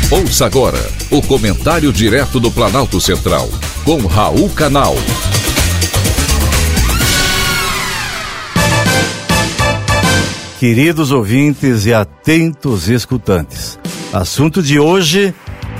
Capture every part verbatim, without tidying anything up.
Ouça agora o comentário direto do Planalto Central, com Raul Canal. Queridos ouvintes e atentos escutantes, assunto de hoje,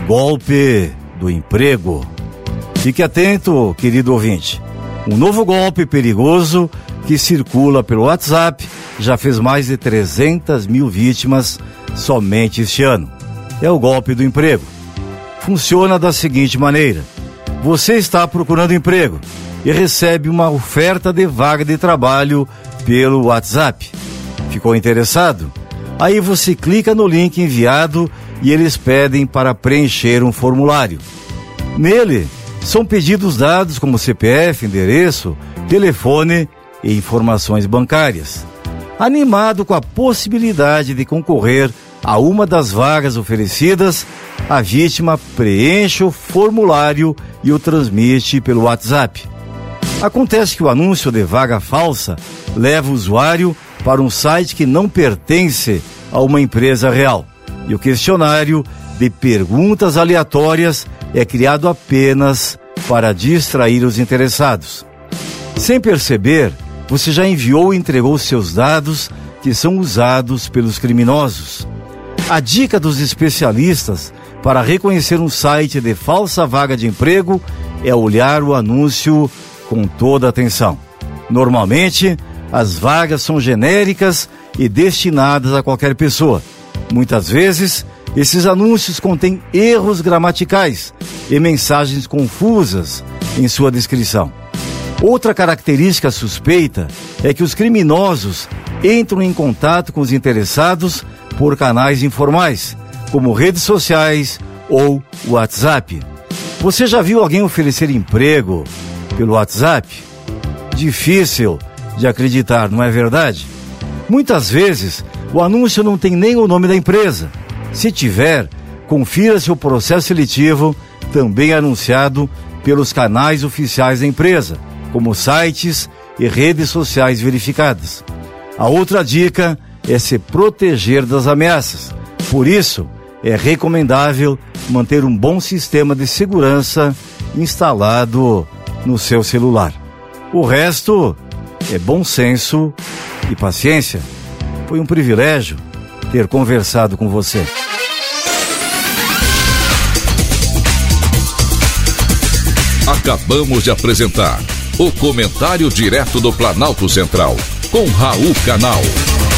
golpe do emprego. Fique atento, querido ouvinte. Um novo golpe perigoso que circula pelo WhatsApp já fez mais de trezentas mil vítimas somente este ano. É o golpe do emprego. Funciona da seguinte maneira: você está procurando emprego e recebe uma oferta de vaga de trabalho pelo WhatsApp. Ficou interessado? Aí você clica no link enviado e eles pedem para preencher um formulário. Nele, são pedidos dados como C P F, endereço, telefone e informações bancárias. Animado com a possibilidade de concorrer a uma das vagas oferecidas, a vítima preenche o formulário e o transmite pelo WhatsApp. Acontece que o anúncio de vaga falsa leva o usuário para um site que não pertence a uma empresa real. E o questionário de perguntas aleatórias é criado apenas para distrair os interessados. Sem perceber, você já enviou e entregou seus dados que são usados pelos criminosos. A dica dos especialistas para reconhecer um site de falsa vaga de emprego é olhar o anúncio com toda atenção. Normalmente, as vagas são genéricas e destinadas a qualquer pessoa. Muitas vezes, esses anúncios contêm erros gramaticais e mensagens confusas em sua descrição. Outra característica suspeita é que os criminosos entram em contato com os interessados por canais informais, como redes sociais ou WhatsApp. Você já viu alguém oferecer emprego pelo WhatsApp? Difícil de acreditar, não é verdade? Muitas vezes, o anúncio não tem nem o nome da empresa. Se tiver, confira se o processo seletivo também é anunciado pelos canais oficiais da empresa, como sites e redes sociais verificadas. A outra dica é se proteger das ameaças. Por isso, é recomendável manter um bom sistema de segurança instalado no seu celular. O resto é bom senso e paciência. Foi um privilégio ter conversado com você. Acabamos de apresentar o comentário direto do Planalto Central, com Raul Canal.